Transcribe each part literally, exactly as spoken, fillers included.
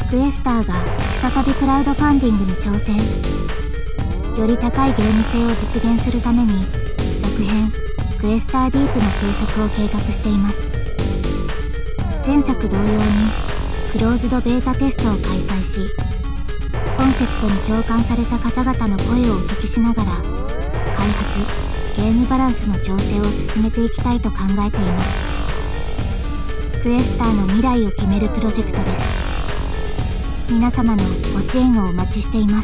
クエスターが再びクラウドファンディングに挑戦。より高いゲーム性を実現するために続編クエスターディープの制作を計画しています。前作同様にクローズドベータテストを開催し、コンセプトに共感された方々の声をお聞きしながら開発・ゲームバランスの調整を進めていきたいと考えています。クエスターの未来を決めるプロジェクトです。皆様のご支援をお待ちしています。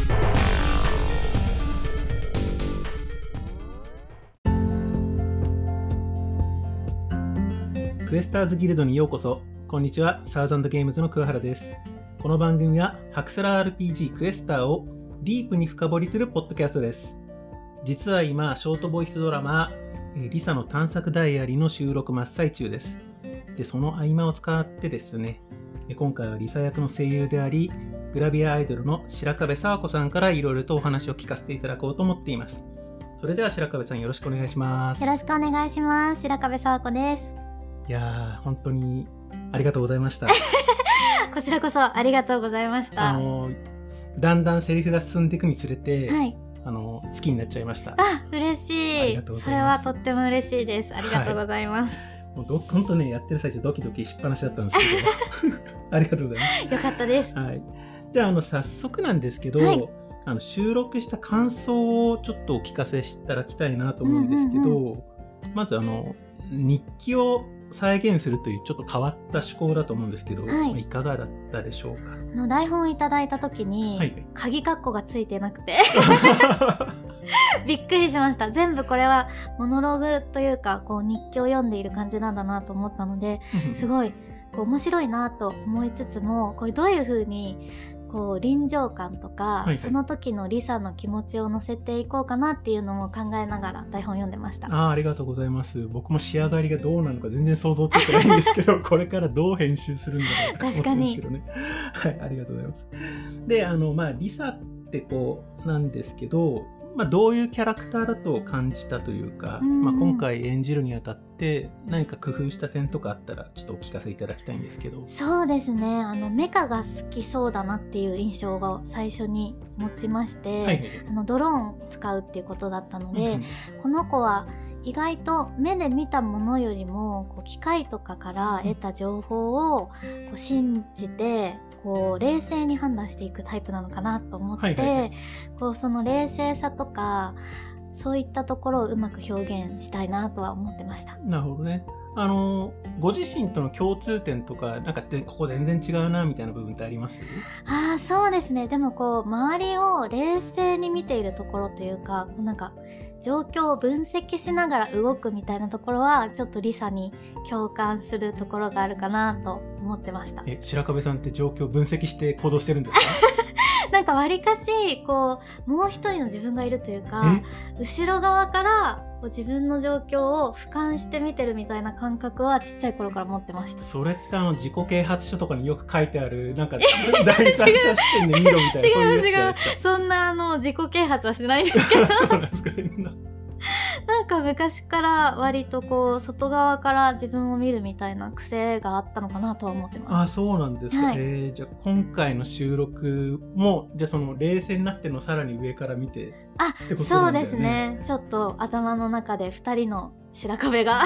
クエスターズギルドにようこそ。こんにちは、サウザンドゲームズの桑原です。この番組はハクスラー アールピージー クエスターをディープに深掘りするポッドキャストです。実は今、ショートボイスドラマリサの探索ダイアリーの収録真っ最中です。で、その合間を使ってですね、今回はリサ役の声優であり、グラビアアイドルの白壁沙和子さんからいろいろとお話を聞かせていただこうと思っています。それでは白壁さん、よろしくお願いします。 よろしくお願いします。白壁沙和子です。 いやー、本当にありがとうございました。 こちらこそありがとうございました。 あのだんだんセリフが進んでいくにつれて、 はい、 あの好きになっちゃいました。 あ、嬉しい。それはとっても嬉しいです。ありがとうございます。 はい、もうど本当ね、やってる最中ドキドキしっぱなしだったんですけどありがとうございます。 よかったです。 はい、じゃあ、あの早速なんですけど、はい、あの収録した感想をちょっとお聞かせいただきたいなと思うんですけど、うんうんうん、まずあの日記を再現するというちょっと変わった趣向だと思うんですけど、はい、いかがだったでしょうか。 の台本いただいた時に、はい、鍵括弧がついてなくてびっくりしました。全部これはモノローグというかこう日記を読んでいる感じなんだなと思ったので、すごいこう面白いなと思いつつも、これどういう風にこう臨場感とか、はいはい、その時のリサの気持ちを乗せていこうかなっていうのも考えながら台本読んでました。 あ, ありがとうございます。僕も仕上がりがどうなのか全然想像ついてないんですけどこれからどう編集するんだろうと思ってるんですけどね。はい、ありがとうございます。で、あのまあリサってこうなんですけど、まあ、どういうキャラクターだと感じたというか、うんまあ、今回演じるにあたって何か工夫した点とかあったらちょっとお聞かせいただきたいんですけど。 そうですね、あのメカが好きそうだなっていう印象が最初に持ちまして、はいはい、あのドローンを使うっていうことだったので、うん、この子は意外と目で見たものよりもこう機械とかから得た情報をこう信じてこう冷静に判断していくタイプなのかなと思って、はいはいはい、こうその冷静さとかそういったところをうまく表現したいなとは思ってました。 なるほどね。あのご自身との共通点とかなんかここ全然違うなみたいな部分ってあります？ ああ、そうですね。でもこう周りを冷静に見ているところというか、こうなんか状況を分析しながら動くみたいなところはちょっとリサに共感するところがあるかなと思ってました。 え、白壁さんって状況を分析して行動してるんですか？ なんかわりかしこうもう一人の自分がいるというか、後ろ側からこう自分の状況を俯瞰して見てるみたいな感覚はちっちゃい頃から持ってました。 それってあの自己啓発書とかによく書いてあるなんか第三者視点で見ろみたいな違う違う、そんなあの自己啓発はしてないんですけどそうなんですかなんか昔から割とこう外側から自分を見るみたいな癖があったのかなとは思ってます。 あ、そうなんですか。はい、えー、じゃあ今回の収録もじゃあその冷静になってるのをさらに上から見てあ、 ってことそうなんだよね。 ですね。ちょっと頭の中でふたりの白壁が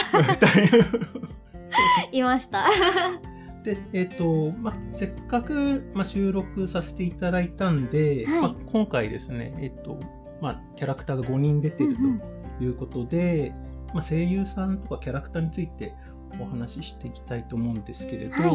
いましたで、えーとま、せっかく、ま、収録させていただいたんで、はいま、今回ですね、えーとま、キャラクターがごにん出てると、うんうんということで、まあ、声優さんとかキャラクターについてお話ししていきたいと思うんですけれど、はい、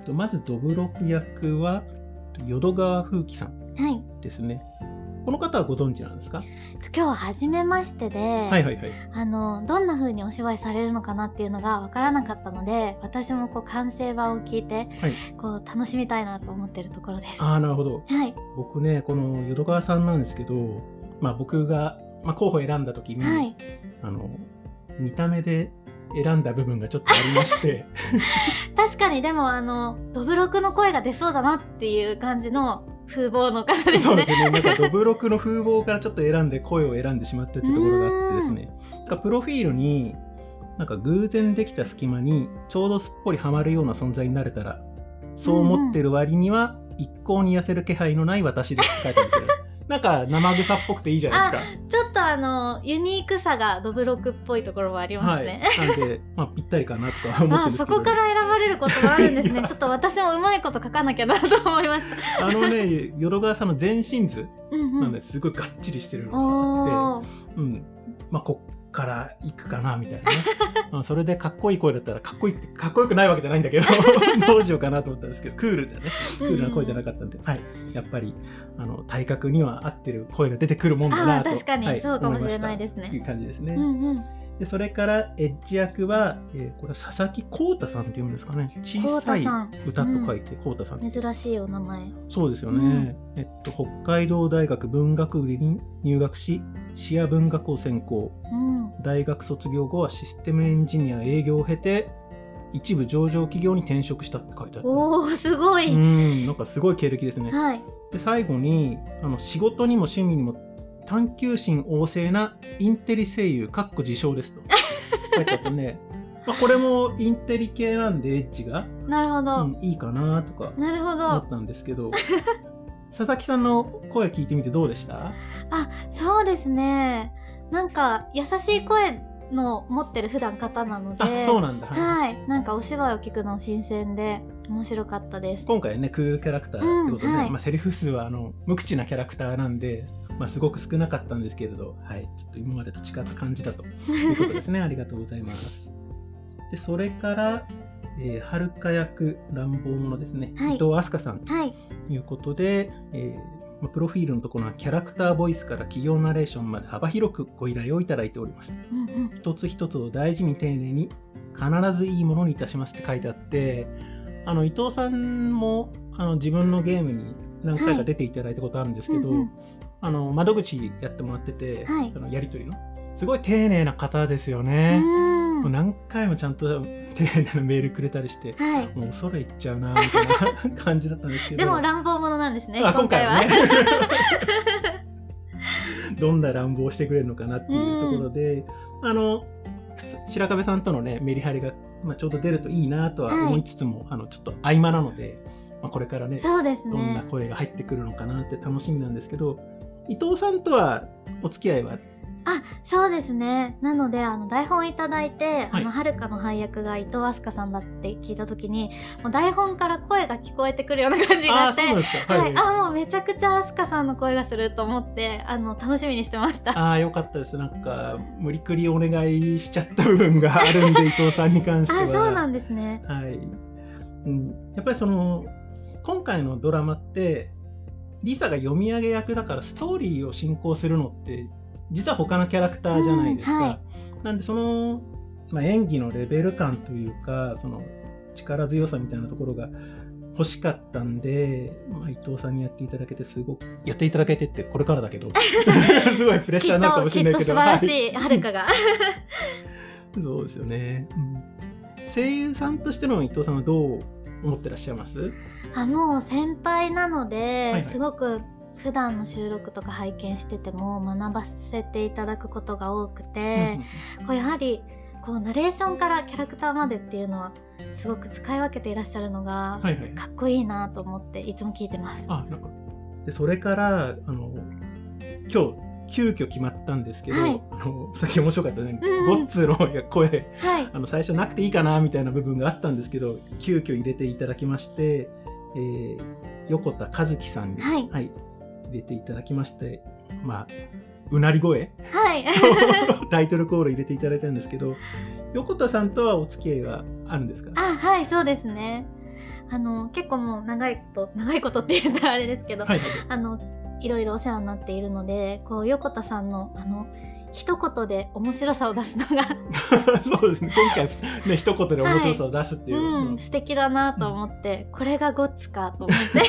まずドブロク役は淀川風紀さんですね、はい、この方はご存知なんですか？ 今日初めましてで、はいはいはい、あのどんな風にお芝居されるのかなっていうのが分からなかったので、私もこう完成版を聞いて、はい、こう楽しみたいなと思ってるところです。 あー、なるほど、 はい、 僕ねこの淀川さんなんですけど、まあ、僕がまあ、候補を選んだ時に、はい、あの見た目で選んだ部分がちょっとありまして確かにでもあのドブロクの声が出そうだなっていう感じの風貌の方ですね。 そうですね。なんかドブロクの風貌からちょっと選んで声を選んでしまったっていうところがあってですね、プロフィールになんか偶然できた隙間にちょうどすっぽりはまるような存在になれたらそう思ってる割には一向に痩せる気配のない私ですって書いてあるんですよなんか生臭っぽくていいじゃないですか。 ちょっとあのユニークさがドブロクっぽいところもありますね、 はい、なんで、まあ、ぴったりかなとは思ってるんですけど、 あ、そこから選ばれることもあるんですねちょっと私もうまいこと書かなきゃなと思いましたあのね、淀川さんの全身図なんでうすごいがっちりしてるのがあって、 んうん、 うん、まあこっから行くかなみたいなねまあそれでかっこいい声だったらかっこいいってかっこよくないわけじゃないんだけどどうしようかなと思ったんですけど、クールでね、クールな声じゃなかったんで、うん、はい、やっぱりあの体格には合ってる声が出てくるもんだなと、 確かに、 はい、 そうかもしれないですね、 という感じですね、 うんうん、 でそれからエッジ役は、えー、これは佐々木浩太さんって読むんですかね。小さい歌と書いて浩太さん、 うん、珍しいお名前。 そうですよね、うん、えっと、北海道大学文学部に入学し視野文学を専攻、うん、大学卒業後はシステムエンジニア営業を経て一部上場企業に転職したって書いてある。 おー、すごい。 うん、なんかすごい経歴ですね、 はい、で最後にあの仕事にも趣味にも探求心旺盛なインテリ声優かっこ自称ですと書いてあってねまあこれもインテリ系なんでエッジがなるほど、 うん、いいかなとかなるほど思ったんですけど佐々木さんの声聞いてみてどうでした？ あ、そうですね、なんか優しい声の持ってる普段方なので、 あ、そうなんだ、 はい、なんかお芝居を聞くの新鮮で面白かったです。 今回ねクールキャラクターってことで、うん、はい、まあ、セリフ数はあの無口なキャラクターなんで、まあ、すごく少なかったんですけれど、はい、ちょっと今までと違った感じだということですねありがとうございます。でそれからえー、はるか役乱暴者ですね、はい、伊藤飛鳥さんということで、はい、えー、プロフィールのところはキャラクターボイスから企業ナレーションまで幅広くご依頼をいただいております、うんうん、一つ一つを大事に丁寧に必ずいいものにいたしますって書いてあって、あの伊藤さんもあの自分のゲームに何回か出ていただいたことあるんですけど、はい、うんうん、あの窓口やってもらってて、はい、あのやり取りのすごい丁寧な方ですよね。もう何回もちゃんと丁寧なメールくれたりして、はい、もう恐れ入っちゃうなみたいな感じだったんですけどでも乱暴者なんですね、 今回はねどんな乱暴してくれるのかなっていうところで、あの白壁さんとのねメリハリが、まあ、ちょうど出るといいなとは思いつつも、はい、あのちょっと合間なので、まあ、これから ね, そうですね、 どんな声が入ってくるのかなって楽しみなんですけど、伊藤さんとはお付き合いは？ あ、そうですね。なのであの台本いただいて、はい、あのはるかの配役が伊藤飛鳥さんだって聞いた時にもう台本から声が聞こえてくるような感じがして、あ、そうですか、はい、あ、もうめちゃくちゃ飛鳥さんの声がすると思ってあの楽しみにしてました。 あ、よかったです。なんか無理くりお願いしちゃった部分があるんで伊藤さんに関してはあ、そうなんですね、 はい、うん、やっぱりその今回のドラマってリサが読み上げ役だからストーリーを進行するのって実は他のキャラクターじゃないですか、うん、はい、なんでその、まあ、演技のレベル感というかその力強さみたいなところが欲しかったんで、まあ、伊藤さんにやっていただけてすごくやっていただけてってこれからだけどすごいプレッシャーになるかもしれないけどきっと素晴らしいはるかがそうですよね、うん、声優さんとしての伊藤さんはどう思ってらっしゃいます？ あ、もう先輩なので、はいはい、すごく普段の収録とか拝見してても学ばせていただくことが多くてこうやはりこうナレーションからキャラクターまでっていうのはすごく使い分けていらっしゃるのがかっこいいなと思っていつも聞いてます、 はいはい、あ、なんかでそれからあの今日急遽決まったんですけど、はい、あのさっき面白かったね、うん、ゴッツの声、はい、あの最初なくていいかなみたいな部分があったんですけど急遽入れていただきまして、えー、横田和樹さんに、はいはい、入れていただきまして、まあうなり声、はい、タイトルコール入れていただいたんですけど、横田さんとはお付き合いはあるんですか？ あ、はい、そうですね。あの結構もう長いこと長いことって言ったらあれですけど、はいはい、あのいろいろお世話になっているので、こう横田さんのあの一言で面白さを出すのがそうですね、今回ね一言で面白さを出すっていう、はい、 うん、素敵だなと思って、うん、これがゴッツかと思って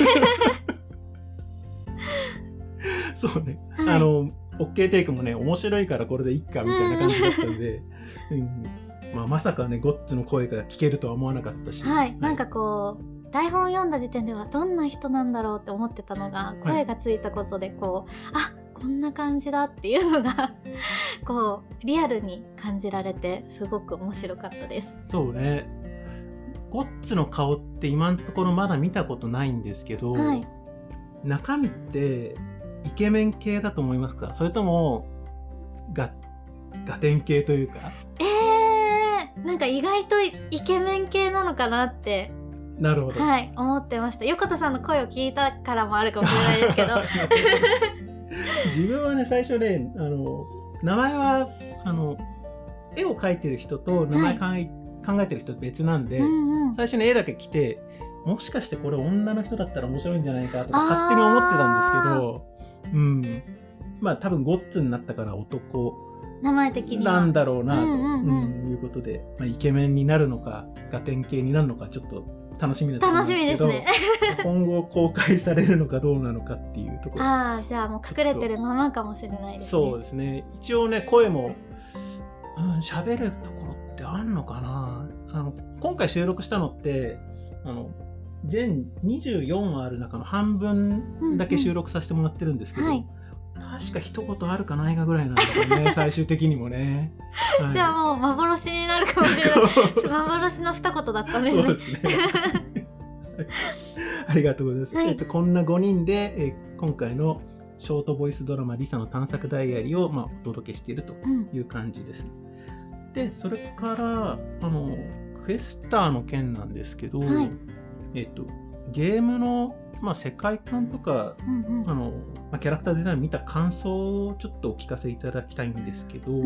そうね、はい、あの OK テイクもね面白いからこれでいっかみたいな感じだったんで、うん、まあ、まさかねゴッツの声が聞けるとは思わなかったし、 はいはい、なんかこう台本を読んだ時点ではどんな人なんだろうって思ってたのが声がついたことでこう、はい、あ、こんな感じだっていうのがこうリアルに感じられてすごく面白かったです。 そうね、 ゴッツの顔って今のところまだ見たことないんですけど、 はい、 中身ってイケメン系だと思いますか？それともガガテン系というか。 えー、なんか意外とイケメン系なのかなってなるほど、 はい、思ってました。横田さんの声を聞いたからもあるかもしれないですけど自分はね最初ねあの名前はあの絵を描いてる人と名前かん、はい、考えてる人別なんで、うんうん、最初に絵だけ来てもしかしてこれ女の人だったら面白いんじゃないかとか勝手に思ってたんですけど、うん、まあ多分ゴッツになったから男名前的にはなんだろうなと、 うんうんうんうん、いうことで、まあ、イケメンになるのかガテン系になるのかちょっと楽しみなところなんですけど、 楽しみですね今後公開されるのかどうなのかっていうところ。 ああ、じゃあもう隠れてるままかもしれないですね。 そうですね。一応ね声も喋、うん、るところってあんのかな。あの今回収録したのってあの全にじゅうよんわある中の半分だけ収録させてもらってるんですけど、うんうん、はい、確か一言あるかないかぐらいなんですよね最終的にもね、 はい、じゃあもう幻になるかもしれない幻の二言だったんですね。 そうですねありがとうございます、はい、えっと、こんなごにんで、えー、今回のショートボイスドラマリサの探索ダイアリーを、まあ、お届けしているという感じです、うん、でそれからあのクエスターの件なんですけど、はい、えっと、ゲームの、まあ、世界観とか、うんうん、あのまあ、キャラクターデザイン見た感想をちょっとお聞かせいただきたいんですけど、うんうん、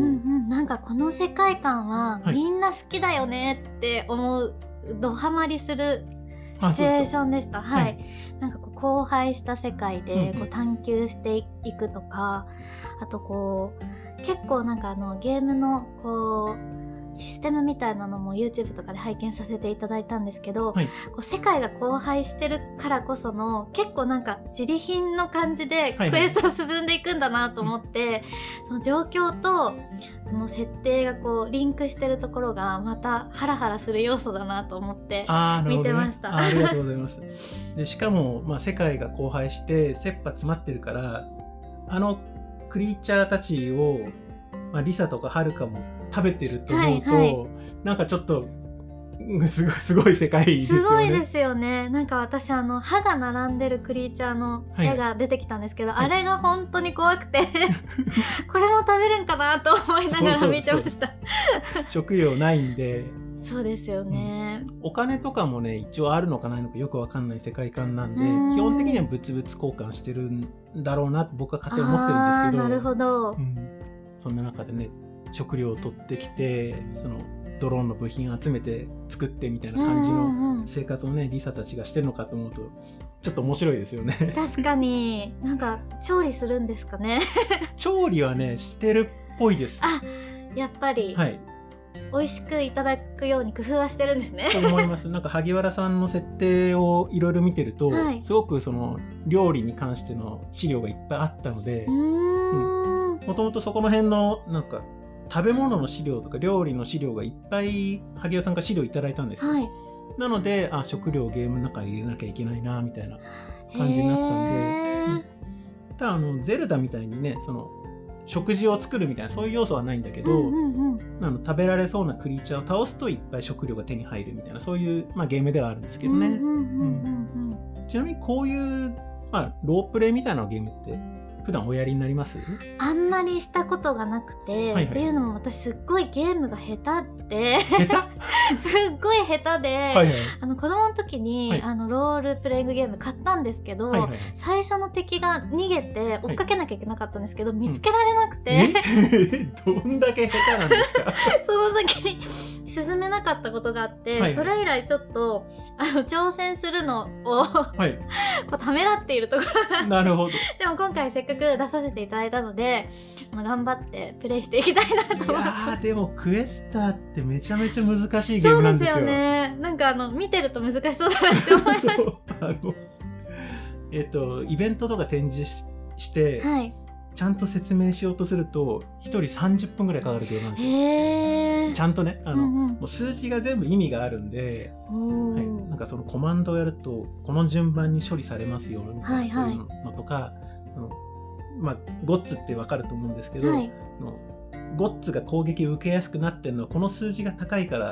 なんかこの世界観はみんな好きだよねって思う、ドハマりするシチュエーションでした。はい、はい、なんかこう荒廃した世界でこう探求していくとか、うんうん、あとこう結構なんかあのゲームのこうシステムみたいなのも YouTube とかで拝見させていただいたんですけど、はい、こう世界が荒廃してるからこその結構なんか自利品の感じでクエストを進んでいくんだなと思って、はいはい、その状況とその設定がこうリンクしてるところがまたハラハラする要素だなと思って見てました。 あ, あ, ね、あ, ありがとうございますでしかも、まあ、世界が荒廃して切羽詰まってるからあのクリーチャーたちを、まあ、リサとかハルカも食べてると思うと、はいはい、なんかちょっとすごい、すごい世界ですよね。 すごいですよね。なんか私あの歯が並んでるクリーチャーの絵が出てきたんですけど、はい、あれが本当に怖くてこれも食べるんかなと思いながら見てました。 食料ないんで。 そうですよね、 うん、お金とかもね一応あるのかないのかよくわかんない世界観なんで、基本的には物々交換してるんだろうなって僕は勝手に思ってるんですけど。 あー、なるほど、 うん、そんな中でね食料を取ってきてそのドローンの部品集めて作ってみたいな感じの生活をね、うんうんうん、リサたちがしてるのかと思うとちょっと面白いですよね。 確かに。なんか調理するんですかね調理はねしてるっぽいです。 あ、やっぱり、はい、美味しくいただくように工夫はしてるんですね。 と思います。なんか萩原さんの設定をいろいろ見てると、はい、すごくその料理に関しての資料がいっぱいあったので、もともとそこの辺のなんか食べ物の資料とか料理の資料がいっぱい萩原さんから資料いただいたんですよ、はい、なのであ食料をゲームの中に入れなきゃいけないなみたいな感じになったんで、うん、ただあのゼルダみたいにねその食事を作るみたいなそういう要素はないんだけど、うんうんうん、あの食べられそうなクリーチャーを倒すといっぱい食料が手に入るみたいなそういう、まあ、ゲームではあるんですけどね。ちなみにこういう、まあ、ロープレイみたいなゲームって普段おやりになります？ あんまりしたことがなくて、はいはい、っていうのも私すっごいゲームが下手って下手すっごい下手で、はいはい、あの子供の時に、はい、あのロールプレイングゲーム買ったんですけど、はいはい、最初の敵が逃げて追っかけなきゃいけなかったんですけど、はい、見つけられなくて、 うん、どんだけ下手なんですか？ その先に進めなかったことがあって、はいはい、それ以来ちょっとあの挑戦するのを、はい、こうためらっているところがなるほど。 でも今回せっかく出させていただいたので頑張ってプレイしていきたいなと思って。いやーでもクエスターってめちゃめちゃ難しいゲームなんですよ。 そうですよね。なんかあの見てると難しそうだなって思いましたあのえっとイベントとか展示 し, して、はい、ちゃんと説明しようとするとひとりさんじゅっぷんぐらいかかるゲームなんですよ。へー、ちゃんとねあの、うんうん、もう数字が全部意味があるんで、はい、なんかそのコマンドをやるとこの順番に処理されますよみたいなのとか、はいはい、あのまあ、ゴッツって分かると思うんですけど、はい、のゴッツが攻撃を受けやすくなってるのはこの数字が高いから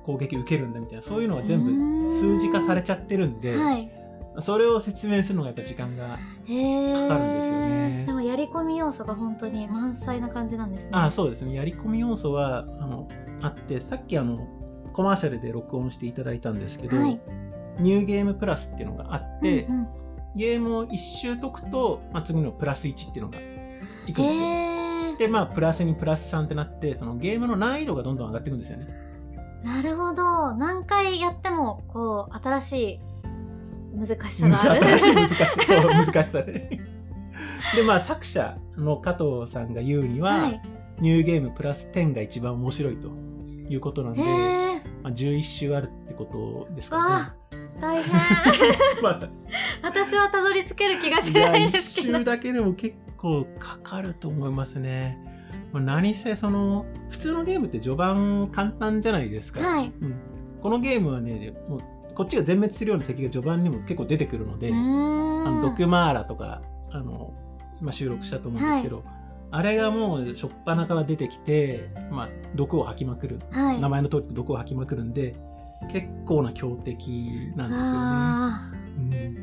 攻撃受けるんだみたいな、そういうのが全部数字化されちゃってるんで、 はい、 それを説明するのがやっぱ時間がかかるんですよね。 でもやり込み要素が本当に満載な感じなんですね。 あ、そうですね。やり込み要素はあのあって、さっきあのコマーシャルで録音していただいたんですけど、はい、ニューゲームプラスっていうのがあって、うんうん、ゲームを一周解くと、まあ、次のプラスいちっていうのがいくんですよ。で、まあプラスにプラスさんってなって、そのゲームの難易度がどんどん上がっていくんですよね。 なるほど。何回やってもこう新しい難しさがある。 新しい難しさ、そう難しさで。で、まあ作者の加藤さんが言うには、はい、ニューゲームプラスじゅうが一番面白いということなんで、まあ、じゅういち周あるってことですかね。 大変。また私はたどり着ける気がしないんですけど。 いち周だけでも結構かかると思いますね。何せその普通のゲームって序盤簡単じゃないですか。はい、うん、このゲームはね、もうこっちが全滅するような敵が序盤にも結構出てくるので、あのドクマーラとかあの今収録したと思うんですけど、はい、あれがもう初っ端から出てきて、まあ、毒を吐きまくる、はい、名前の通り毒を吐きまくるんで結構な強敵なんですよね。うん、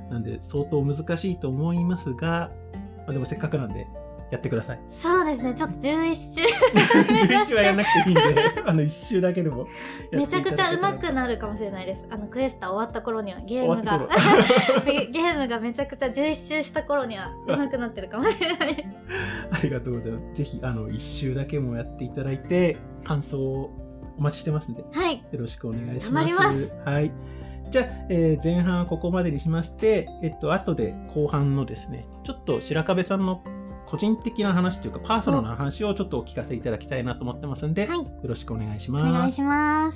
なんで相当難しいと思いますが、まあ、でもせっかくなんでやってください。 そうですね、ちょっとじゅういち周じゅういち周はやらなくていいんであのいち周だけでもめちゃくちゃ上手くなるかもしれないです。あのクエスタ終わった頃にはゲームがゲームがめちゃくちゃじゅういち周した頃には上手くなってるかもしれないありがとうございます。ぜひあのいち周だけもやっていただいて感想をお待ちしてますんで、 はい、 よろしくお願いします。 頑張ります。 はい、じゃあ、えー、前半はここまでにしまして、えっと後で後半のですね、ちょっと白壁さんの個人的な話というかパーソナルな話をちょっとお聞かせいただきたいなと思ってますんで、はい、よろしくお願いします。 お願いします。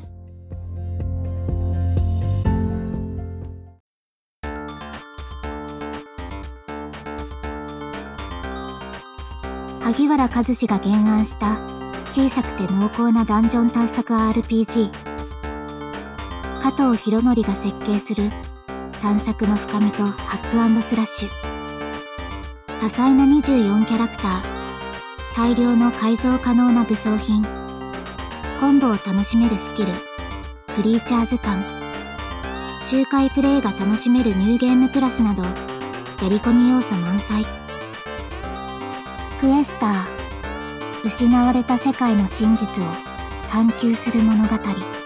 萩原和志が原案した小さくて濃厚なダンジョン探索 アールピージー、 加藤博則が設計する探索の深みとハック&スラッシュ、多彩なにじゅうよんキャラクター、大量の改造可能な武装品、コンボを楽しめるスキル、クリーチャー図鑑、周回プレイが楽しめるニューゲームプラスなど、やり込み要素満載。クエスター、失われた世界の真実を探求する物語。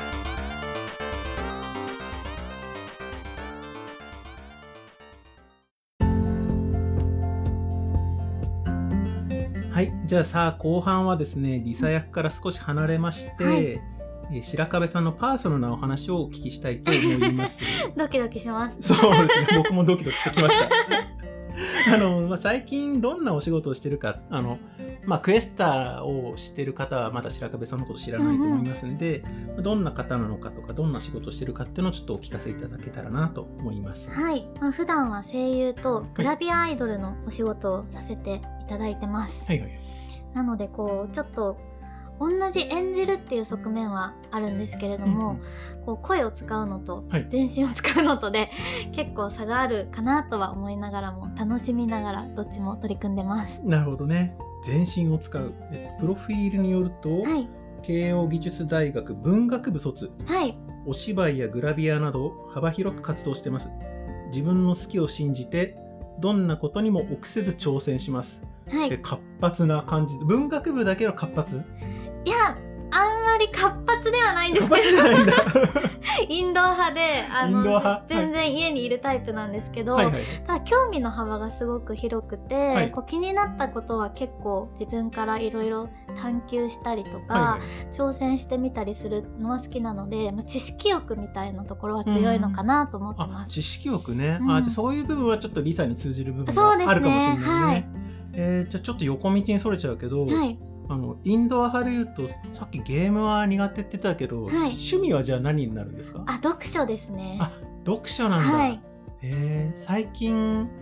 はい、じゃあさあ後半はですね、リサ役から少し離れまして、はい、えー、白壁さんのパーソナルなお話をお聞きしたいと思います。 ドキドキします。 そうですね、僕もドキドキしてきました。あの、まあ、最近どんなお仕事をしてるか、あの、まあ、クエスターをしてる方はまだ白壁さんのこと知らないと思いますんで、うんうん、どんな方なのかとかどんな仕事をしてるかっていうのをちょっとお聞かせいただけたらなと思います。 はい、まあ、普段は声優とグラビアアイドルのお仕事をさせていただいてます。はいはい、なのでこうちょっと同じ演じるっていう側面はあるんですけれども、うんうん、こう声を使うのと全身を使うのとで、はい、結構差があるかなとは思いながらも楽しみながらどっちも取り組んでます。 なるほどね。全身を使う、プロフィールによると、はい、慶應義塾大学文学部卒、はい、お芝居やグラビアなど幅広く活動してます。自分の好きを信じてどんなことにも臆せず挑戦します。はい、活発な感じ。文学部だけの活発？ いや、あんまり活発ではないんですけど活発じゃないんだインドア派であの派全然家にいるタイプなんですけど、はいはいはい、ただ興味の幅がすごく広くて、はい、こう気になったことは結構自分からいろいろ探求したりとか、はいはい、挑戦してみたりするのは好きなので、まあ、知識欲みたいなところは強いのかなと思ってます。 あ、知識欲ね、うん、あ、じゃそういう部分はちょっとリサに通じる部分があるかもしれないね。そうですね、はい、えー、じゃあちょっと横道にそれちゃうけど、はい、あのインドア派で言うとさっきゲームは苦手って言ってたけど、はい、趣味はじゃあ何になるんですか？ あ、読書ですね。 あ、読書なんだ。はい、えー、最近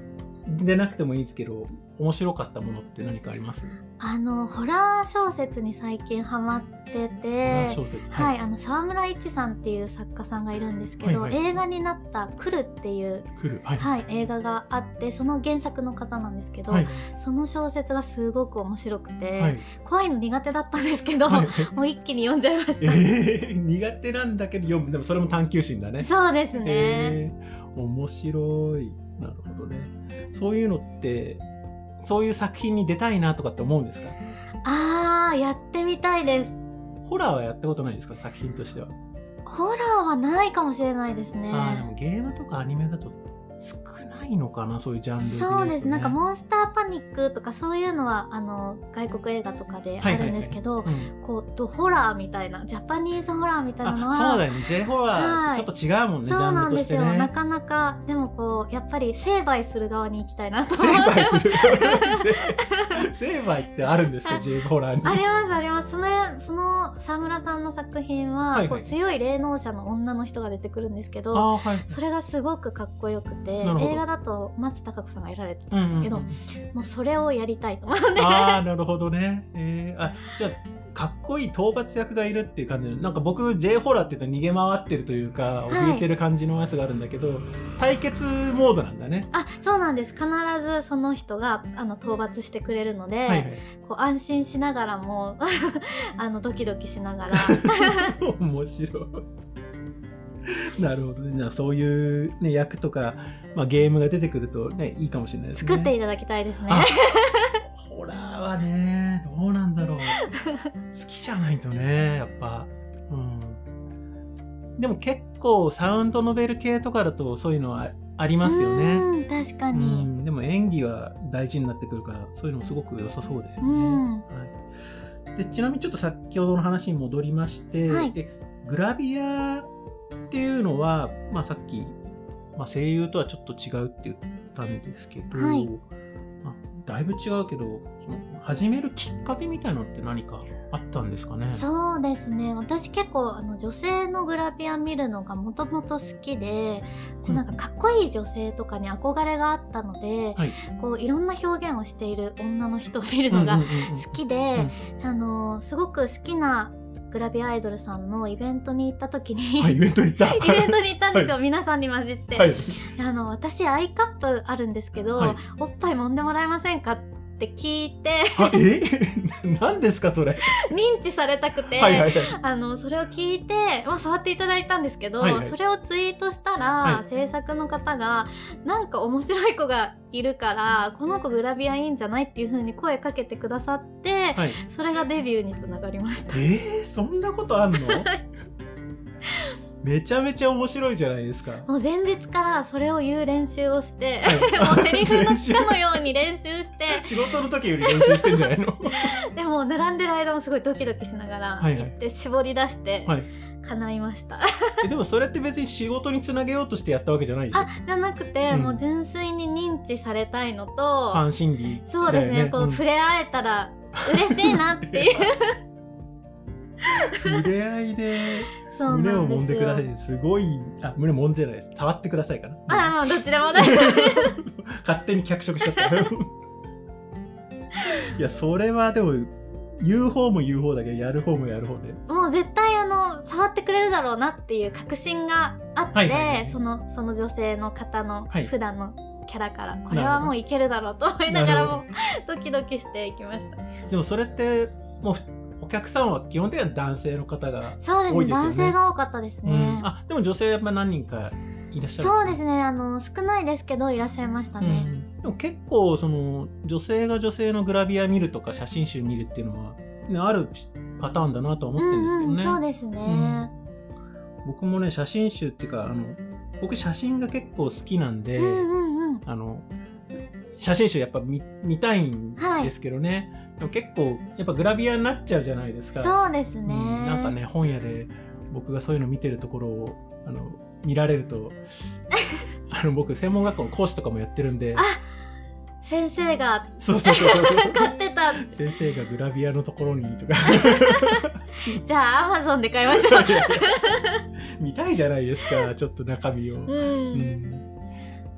でなくてもいいですけど、面白かったものって何かあります？ あのホラー小説に最近ハマってて、 小説、 はい、はい、あの沢村一さんっていう作家さんがいるんですけど、はいはい、映画になった「来る」っていう、はいはい、映画があって、その原作の方なんですけど、はい、その小説がすごく面白くて、はい、怖いの苦手だったんですけど、はい、もう一気に読んじゃいました。 えー、苦手なんだけど読む。でもそれも探求心だね。 そうですね、 えー、面白い。なるほどね。そういうのってそういう作品に出たいなとかって思うんですか？ あー、やってみたいです。 ホラーはやったことないですか？作品としては。 ホラーはないかもしれないですね。 あ、でもゲームとかアニメだと少ないのかな、そういうジャンルで、ね、 そうです。なんかモンスターパニックとかそういうのはあの外国映画とかであるんですけど、こうドホラーみたいな、ジャパニーズホラーみたいなのは、 そうだよね、 J ホラーってちょっと違うもんね、はい、 そうなんですよ、 ジャンルとしてね。 なかなかでもこうやっぱり成敗する側に行きたいなと思って。 成敗する成敗ってあるんですか？ J ホラーに。 ありますあります。そのその沢村さんの作品は、はいはい、こう強い霊能者の女の人が出てくるんですけど、はい、それがすごくかっこよくて、映画だと松たか子さんがやられてたんですけど、うんうんうん、もうそれをやりたいと思って。 ああ、なるほどね。えー、あ、じゃあかっこいい討伐役がいるっていう感じで、なんか僕 J ホラーって言うと逃げ回ってるというか怯えてる感じのやつがあるんだけど、はい、対決モードなんだね。 あ、そうなんです。必ずその人があの討伐してくれるので、はいはい、こう安心しながらもあのドキドキしながら面白い。なるほどね。じゃあそういう、ね、役とか、まあ、ゲームが出てくると、ね、いいかもしれないですね。 作っていただきたいですね。 ホラーはね、どうなんだろう。好きじゃないとね、やっぱ。うん、でも結構サウンドノベル系とかだとそういうのはありますよね。 うん、確かに。 うん、でも演技は大事になってくるから、そういうのもすごく良さそうですよね。はい、でちなみにちょっと先ほどの話に戻りまして、はい、えグラビアっていうのは、まあ、さっき、まあ、声優とはちょっと違うって言ったんですけど、はい、まあ、だいぶ違うけど、その始めるきっかけみたいなのって何かあったんですかね？ そうですね、私結構あの女性のグラビア見るのがもともと好きで、こうなんかかっこいい女性とかに憧れがあったので、はい、こういろんな表現をしている女の人を見るのが好きで、あのすごく好きなグラビアアイドルさんのイベントに行った時に、 はい、イベントに行ったイベントに行ったんですよ、はい、皆さんに混じって、 はい、 あの私アイカップあるんですけど、はい、おっぱい揉んでもらえませんかって聞いて、 え何ですかそれ？ 認知されたくて、はいはいはい、あのそれを聞いて、まあ、触っていただいたんですけど、はいはい、それをツイートしたら、はい、制作の方がなんか面白い子がいるからこの子グラビアいいんじゃないっていう風に声かけてくださって、はい、それがデビューにつながりました。 えー、そんなことあんの？めちゃめちゃ面白いじゃないですか。 もう前日からそれを言う練習をして、はい、もうセリフのかのように練習して仕事の時より練習してんじゃないの？ でも並んでる間もすごいドキドキしながら行って絞り出して、はいはい、叶いましたえでもそれって別に仕事につなげようとしてやったわけじゃないでしょ？ あ、じゃなくて、うん、もう純粋に認知されたいのと、 ファン心理、 そうですね、こう、うん、触れ合えたら嬉しいなっていう触れ合いで胸を揉んでください。すごい、あ、胸揉んでないです。触ってくださいかな。 あ、もうどちらも大丈夫です勝手に脚色しちゃったいや、それはでも言う方も言う方だけどやる方もやる方で、 もう絶対あの触ってくれるだろうなっていう確信があって、はいはいはいはい、そのその女性の方の普段のキャラから、はい、これはもういけるだろうと思いながらもドキドキしていきました。 でもそれってもうお客さんは基本的には男性の方が多いですよね。 そうですね、男性が多かったですね、うん、 あ、でも女性やっぱ何人かいらっしゃる？ そうですね、あの少ないですけどいらっしゃいましたね、うん、 でも結構その女性が女性のグラビア見るとか写真集見るっていうのは、ね、あるパターンだなとは思ってるんですけどね、うんうん、 そうですね、 うん、僕もね写真集っていうか、あの僕写真が結構好きなんで、うんうんうん、あの写真集やっぱ 見, 見たいんですけどね、はい、でも結構やっぱグラビアになっちゃうじゃないですか。 そうですね、うん、 なんかね本屋で僕がそういうの見てるところをあの見られるとあの僕専門学校の講師とかもやってるんで、 あ、先生がそうそうそう買ってた先生がグラビアのところにとかじゃあアマゾンで買いましょう見たいじゃないですか、ちょっと中身を、うんうん、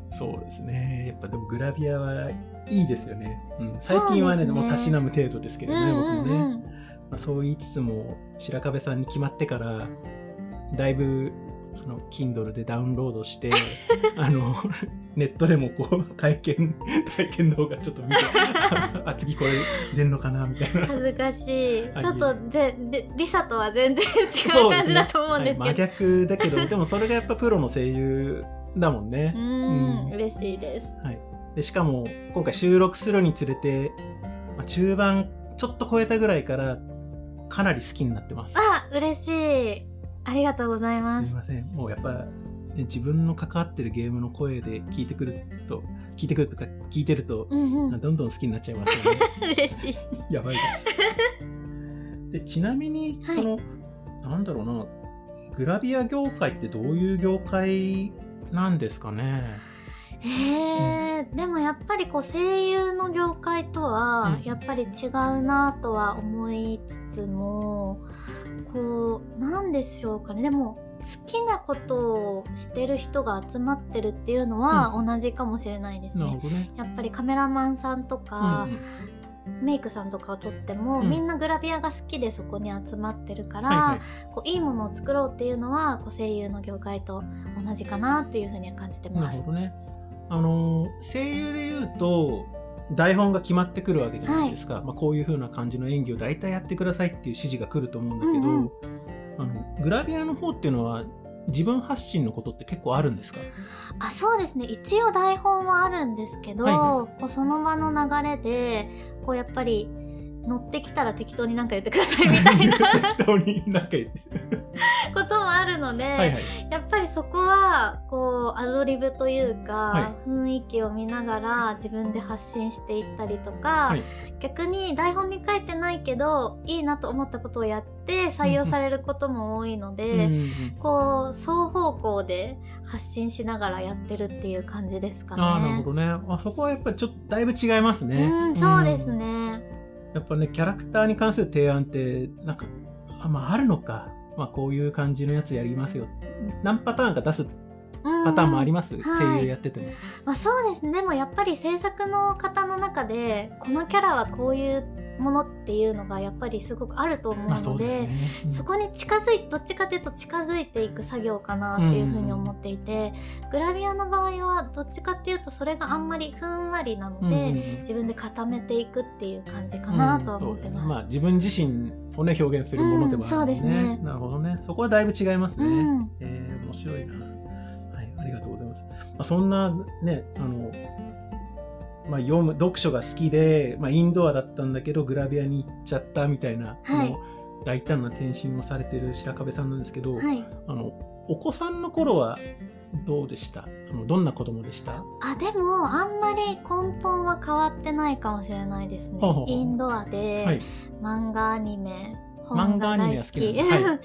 そうですね。やっぱでもグラビアはいいですよね。うん、最近はね、もうたしなむ程度ですけどね、うんうんうん、僕もね。まあ、そう言いつつも白壁さんに決まってからだいぶあの Kindle でダウンロードしてあのネットでもこう体験体験動画ちょっと見てあ次これ出んのかなみたいな。 恥ずかしい。ちょっとぜリサとは全然違う感じだと思うんですけど、 ね、はい、真逆だけどでもそれがやっぱプロの声優だもんね。 うん、うん、嬉しいです、 はい、でしかも今回収録するにつれて、まあ、中盤ちょっと超えたぐらいからかなり好きになってます。 あ、嬉しい。ありがとうございます。 すみません。もうやっぱ、ね、自分の関わってるゲームの声で聞いてくると聞いてくるとか聞いてると、うんうん、どんどん好きになっちゃいますよね。 嬉しい。 やばいです。でちなみにその、はい、なんだろうな、グラビア業界ってどういう業界なんですかね。 へー、うん、でもやっぱりこう声優の業界とはやっぱり違うなとは思いつつも、こうなんでしょうかね。でも好きなことをしてる人が集まってるっていうのは同じかもしれないですね。うん、なるほどね。やっぱりカメラマンさんとか、うんうん、メイクさんとかを撮っても、うん、みんなグラビアが好きでそこに集まってるから、はいはい、こういいものを作ろうっていうのはこう声優の業界と同じかなというふうには感じてます。 なるほどね。あの声優でいうと台本が決まってくるわけじゃないですか、はい、まあ、こういう風な感じの演技を大体やってくださいっていう指示が来ると思うんだけど、うんうん、あのグラビアの方っていうのは自分発信のことって結構あるんですか？ あ、そうですね、一応台本はあるんですけど、はいはい、こうその場の流れでこうやっぱり乗ってきたら適当に何か言ってくださいみたいな適当に何か言ってこともあるので、はいはい、やっぱりそこはこうアドリブというか、はい、雰囲気を見ながら自分で発信していったりとか、はい、逆に台本に書いてないけどいいなと思ったことをやって採用されることも多いので、うんうん、こう双方向で発信しながらやってるっていう感じですかね。 あ、なるほどね。あ、そこはやっぱりちょっとだいぶ違いますね。 うん、そうですね、うん、 やっぱねキャラクターに関する提案ってなんか あ,、まあ、あるのか、まあ、こういう感じのやつやりますよ、何パターンか出すパターンもあります、うん、声優やってても、はい、 まあ、そうですね。でもやっぱり制作の方の中でこのキャラはこういうものっていうのがやっぱりすごくあると思うので、 そ, う、ね、うん、そこに近づいどっちかというと近づいていく作業かなっていうふうに思っていて、うん、グラビアの場合はどっちかっていうとそれがあんまりふんわりなので、うん、自分で固めていくっていう感じかなとは思ってます、うん、 まあ、自分自身をね表現するものではあるので、ね、うん、そうですね。なるほどね。そこはだいぶ違いますね、うん、えー、面白いな。はい、ありがとうございます。まあ、そんなね、あのまあ、読む読書が好きで、まあ、インドアだったんだけどグラビアに行っちゃったみたいな、はい、大胆な転身をされてる白壁さんなんですけど、はい、あのお子さんの頃はどうでした？あのどんな子供でした？ あ、でもあんまり根本は変わってないかもしれないですね。ほうほうほう。インドアで、はい、漫画アニメ本が大好き、はい、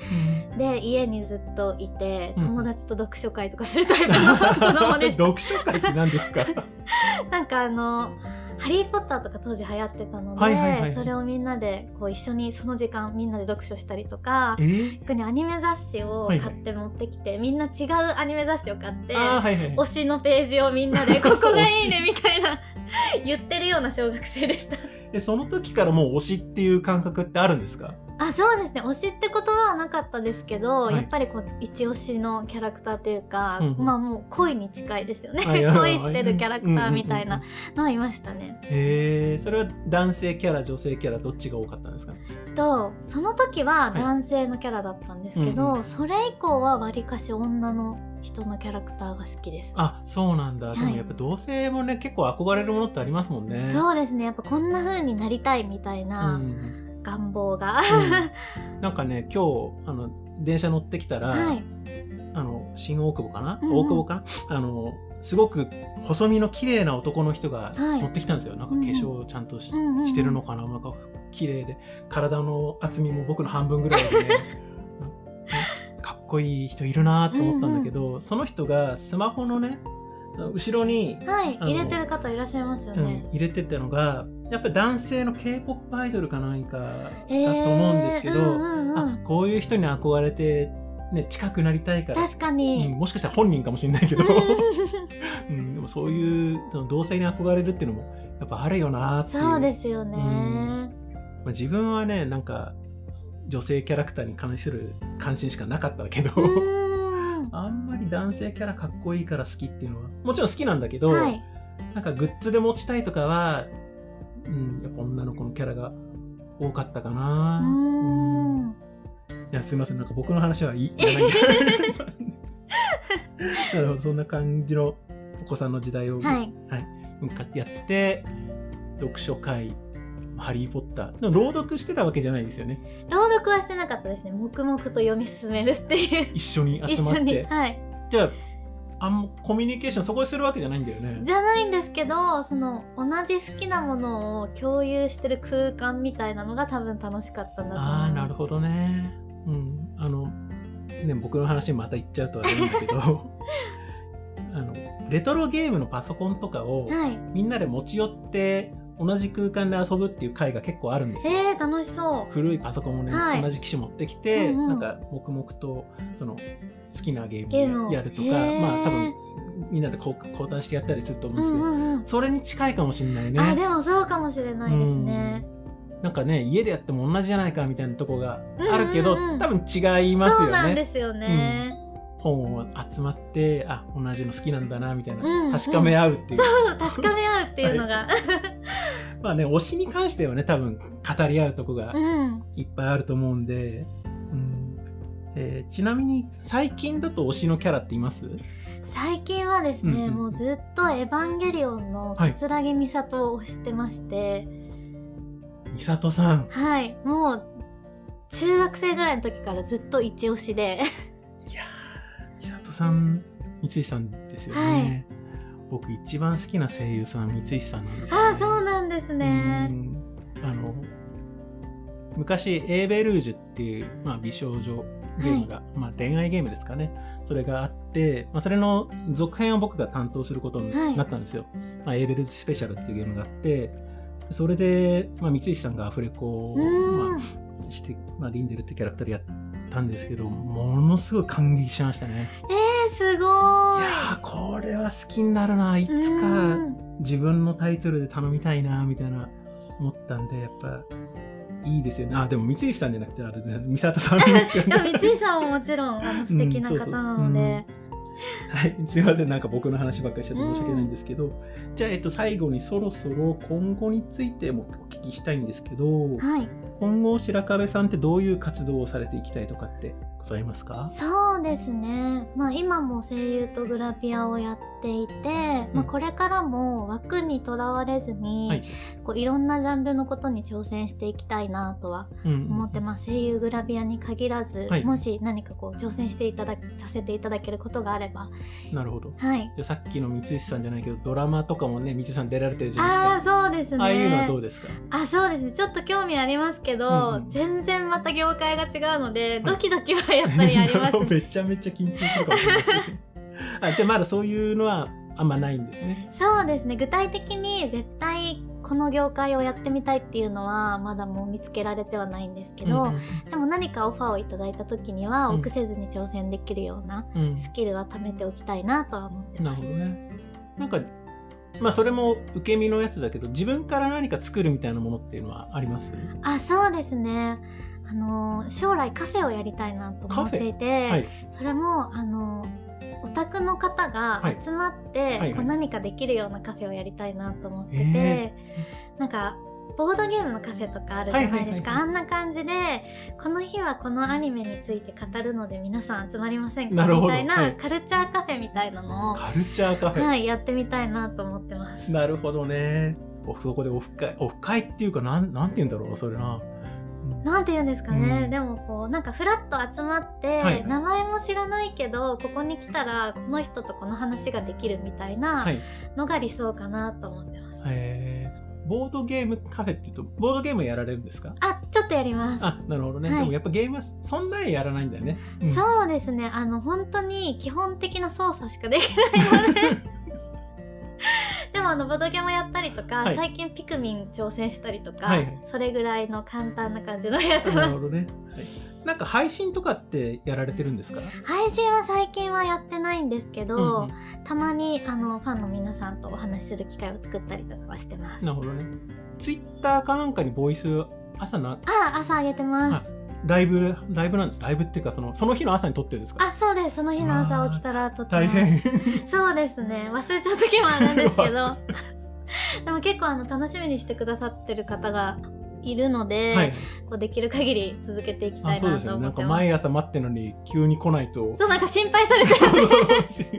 で家にずっといて、うん、友達と読書会とかするタイプの子供でした。 読書会って何ですか？ なんかあのハリーポッターとか当時流行ってたので、はいはいはいはい、それをみんなでこう一緒にその時間みんなで読書したりとか、えー、逆にアニメ雑誌を買って持ってきて、はいはい、みんな違うアニメ雑誌を買って、はいはい、推しのページをみんなでここがいいねみたいな言ってるような小学生でした。 え、その時からもう推しっていう感覚ってあるんですか？ あ、そうですね。推しってことはなかったですけど、はい、やっぱりこう一押しのキャラクターというか、うんうん、まあもう恋に近いですよね。恋してるキャラクターみたいなのはいましたね。 へえ、それは男性キャラ女性キャラどっちが多かったんですか？ とその時は男性のキャラだったんですけど、はい、うんうん、それ以降はわりかし女の人のキャラクターが好きです。 あ、そうなんだ、はい、でもやっぱ同性もね結構憧れるものってありますもんね。 そうですね。やっぱこんな風になりたいみたいな、うん、願望が、 うん、なんかね今日あの電車乗ってきたら、はい、あの新大久保かな、うんうん、大久保かな、あのすごく細身の綺麗な男の人が乗ってきたんですよ、はい、なんか化粧ちゃんと し,、うんうん、してるのかな、なんか綺麗で体の厚みも僕の半分ぐらいでねかっこいい人いるなと思ったんだけど、うんうん、その人がスマホのね後ろに、 はい、入れてる方いらっしゃいますよね、 うん、入れてたのがやっぱり男性の K-ポップ アイドルか何かだと思うんですけど、えーうんうんうん、あ、こういう人に憧れてね、近くなりたいから確かに、 うん、もしかしたら本人かもしれないけど、うん、でもそういう同性に憧れるっていうのもやっぱあるよなっていう。 そうですよね、 うんまあ、自分はねなんか女性キャラクターに関する関心しかなかったけどあんまり男性キャラかっこいいから好きっていうのはもちろん好きなんだけど、 はい、 なんかグッズで持ちたいとかは、うん、やっぱ女の子のキャラが多かったかな。 うーん、うん、 いやすいませんなんか僕の話はいいなるほどそんな感じのお子さんの時代を、 はいはい、向かってやってて読書会ハリーポッターでも朗読してたわけじゃないですよね。 朗読はしてなかったですね。黙々と読み進めるっていう一緒に集まって一緒に、はい、 じゃああんコミュニケーションそこでするわけじゃないんだよね。 じゃないんですけどその同じ好きなものを共有してる空間みたいなのが多分楽しかったんだと思う。 ああなるほどね。うんあのね僕の話また言っちゃうとは言うんだけどあのレトロゲームのパソコンとかを、はい、みんなで持ち寄って同じ空間で遊ぶっていう会が結構あるんですよ。 えー、楽しそう。 古いパソコンをね、はい、同じ機種持ってきて、うんうん、なんか黙々とその好きなゲームをやるとかまあ多分みんなで交代してやったりすると思うんですけど、うんうんうん、それに近いかもしれないね。 あでもそうかもしれないですね、 うん、なんかね家でやっても同じじゃないかみたいなとこがあるけど、うんうんうん、多分違いますよね。 そうなんですよね、 うん本を集まってあ同じの好きなんだなみたいな、うん、確かめ合うっていう、 うん、そう確かめ合うっていうのが、はい、 まあね推しに関してはね多分語り合うとこがいっぱいあると思うんで、うんえー、ちなみに最近だと推しのキャラっています？ 最近はですね、うんうん、もうずっとエヴァンゲリオンの桂木美里を推してまして、はい、 美里さんはいもう中学生ぐらいの時からずっと一推しでいや美里さん三石さんですよね、はい、僕一番好きな声優さん三石さんなんですよ、ね、 あそうなんですね。 あの昔エーベルージュっていう、まあ、美少女ゲームが、はいまあ、恋愛ゲームですかねそれがあって、まあ、それの続編を僕が担当することになったんですよ、はいまあ、エーベルージュスペシャルっていうゲームがあってそれで、まあ、三石さんがアフレコを、まあ、して、まあ、リンデルってキャラクターでやったんですけどものすごい感激しましたね。 えー、すごい。 いやこれは好きになるないつか自分のタイトルで頼みたいなみたいな思ったんでやっぱいいですよね。あでも三石さんじゃなくてあれ美里さんですよね。 三石さんももちろんあの素敵な方なので、うん、 はいすいませんなんか僕の話ばっかりしちゃって申し訳ないんですけど、うん、じゃあ、えっと、最後にそろそろ今後についてもお聞きしたいんですけど、はい、今後白壁さんってどういう活動をされていきたいとかってございますか？ そうですね、まあ、今も声優とグラビアをやっていて、うんまあ、これからも枠にとらわれずに、はい、こういろんなジャンルのことに挑戦していきたいなとは思ってます、うんうん、声優グラビアに限らず、はい、もし何かこう挑戦していたださせていただけることがあれば。 なるほど、 はい、 でさっきの三石さんじゃないけどドラマとかもね三石さん出られてるじゃないですか。 あそうですね。 ああいうのはどうですか？ あそうですねちょっと興味ありますけど、うんうん、全然また業界が違うので、はい、ドキドキはやっぱりあります、ね、 めちゃめちゃ緊張するかもしれないですあじゃあまだそういうのはあんまないんですね。 そうですね具体的に絶対この業界をやってみたいっていうのはまだもう見つけられてはないんですけど、うんうん、でも何かオファーをいただいた時には臆せずに挑戦できるようなスキルは貯めておきたいなとは思ってます、 うん、なるほどね。なんかまあそれも受け身のやつだけど自分から何か作るみたいなものっていうのはあります？ あそうですねあの将来カフェをやりたいなと思っていて、はい、それもあのオタクの方が集まって、はいはいはい、こう何かできるようなカフェをやりたいなと思ってて、えー、なんかボードゲームのカフェとかあるじゃないですか、はいはいはいはい、あんな感じでこの日はこのアニメについて語るので皆さん集まりませんかみたいな、はい、カルチャーカフェみたいなのをカルチャーカフェ、 はい、やってみたいなと思ってます。 なるほどね。そこでオフ会オフ会っていうかなんなんて言うんだろうそれななんて言うんですかね、うん、でもこうなんかフラッと集まって、はい、名前も知らないけどここに来たらこの人とこの話ができるみたいなのが理想かなと思ってます、はい、 へーボードゲームカフェって言うとボードゲームやられるんですか？ あちょっとやります。 あなるほどね、はい、でもやっぱゲームはそんなにやらないんだよね、 うん、そうですねあの本当に基本的な操作しかできないのででもあのボドゲもやったりとか、はい、最近ピクミン挑戦したりとか、はい、それぐらいの簡単な感じのやってます。 なるほどね、はい、 なんか配信とかってやられてるんですか？ 配信は最近はやってないんですけど、うんうん、たまにあのファンの皆さんとお話しする機会を作ったりとかはしてます。 なるほどね。ツイッターかなんかにボイス朝なあ朝上げてます。 ライブライブなんです。ライブっていうかそのその日の朝に撮ってるんですか？ あそうです。その日の朝起きたら撮ってます。 大変そうですね。忘れちゃう時もあるんですけどでも結構あの楽しみにしてくださってる方がいるので、はい、こうできる限り続けていきたいなと思ってます。そうですね。 なんか毎朝待ってるのに急に来ないとそうなんか心配されちゃって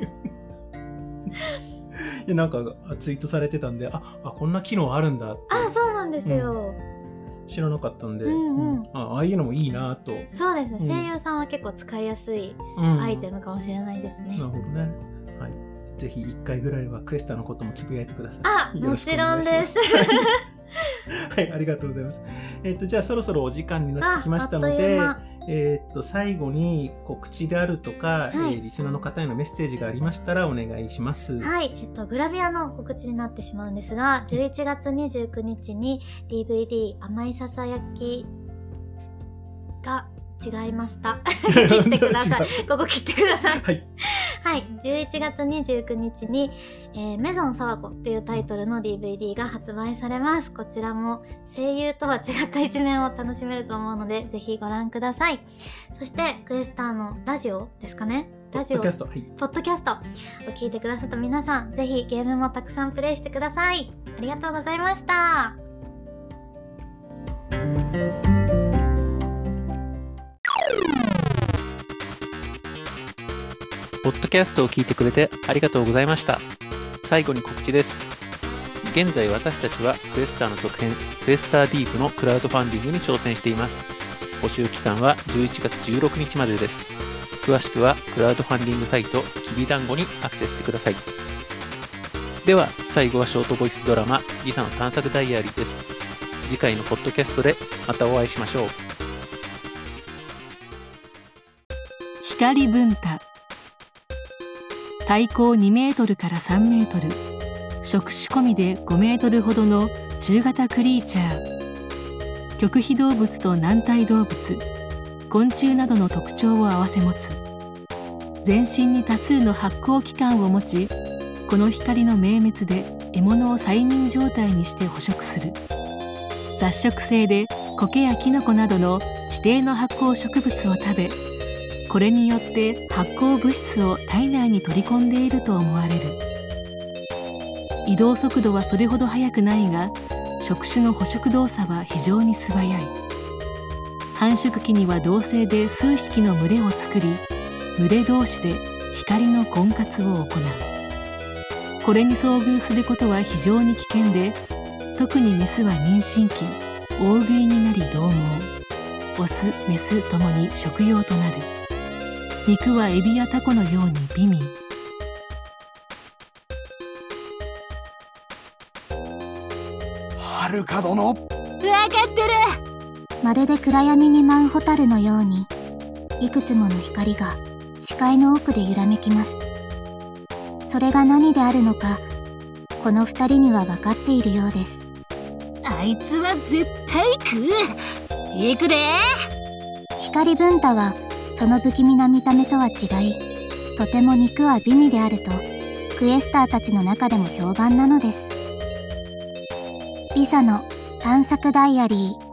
いやなんかツイートされてたんで、ああこんな機能あるんだって。 あそうなんですよ、 うん、知らなかったんで、うんうんうん、あ, ああいうのもいいなと。 そうですね、うん、声優さんは結構使いやすいアイテムかもしれないですね、うん、 なるほどね。はい、ぜひいっかいぐらいはクエスタのこともつぶやいてください。 あもちろんですはい、ありがとうございます。えっと、じゃあそろそろお時間になってきましたので、えっと、最後に告知であるとか、はい、えー、リスナーの方へのメッセージがありましたらお願いします。 はい、えっと、グラビアの告知になってしまうんですが、じゅういちがつにじゅうくにちに ディーブイディー 甘いささやきが違いました切ってくださいここ切ってくださいはい、はい、じゅういちがつにじゅうくにちに、えー、メゾンさわこっていうタイトルの ディーブイディー が発売されます。こちらも声優とは違った一面を楽しめると思うのでぜひご覧ください。そしてクエスターのラジオですかね、ラジオポッドキャスト、はい、ポッドキャストを聞いてくださった皆さん、ぜひゲームもたくさんプレイしてください。ありがとうございました。 ポッドキャストを聞いてくれてありがとうございました。最後に告知です。現在私たちはクエスターの続編クエスターディープのクラウドファンディングに挑戦しています。募集期間はじゅういちがつじゅうろくにちまでです。詳しくはクラウドファンディングサイトきびだんごにアクセスしてください。では最後はショートボイスドラマリサの探索ダイアリーです。次回のポッドキャストでまたお会いしましょう。 光文太、体高にメートルからさんメートル、触手込みでごメートルほどの中型クリーチャー。極秘動物と軟体動物、昆虫などの特徴を併せ持つ。全身に多数の発光器官を持ち、この光の明滅で獲物を催眠状態にして捕食する。雑食性で苔やキノコなどの地底の発光植物を食べ、これによって発光物質を体内に取り込んでいると思われる。移動速度はそれほど速くないが、触手の捕食動作は非常に素早い。繁殖期には同性で数匹の群れを作り、群れ同士で光の婚活を行う。これに遭遇することは非常に危険で、特にメスは妊娠期、大食いになり獰猛。オス、メスともに食用となる。肉はエビやタコのように美味。 はるか殿、わかってる。 まるで暗闇に舞うホタルのように、いくつもの光が視界の奥で揺らめきます。それが何であるのか、この二人には分かっているようです。 あいつは絶対食う。行くで。 光文太はその不気味な見た目とは違い、とても肉は美味であるとクエスターたちの中でも評判なのです。リサの探索ダイアリー。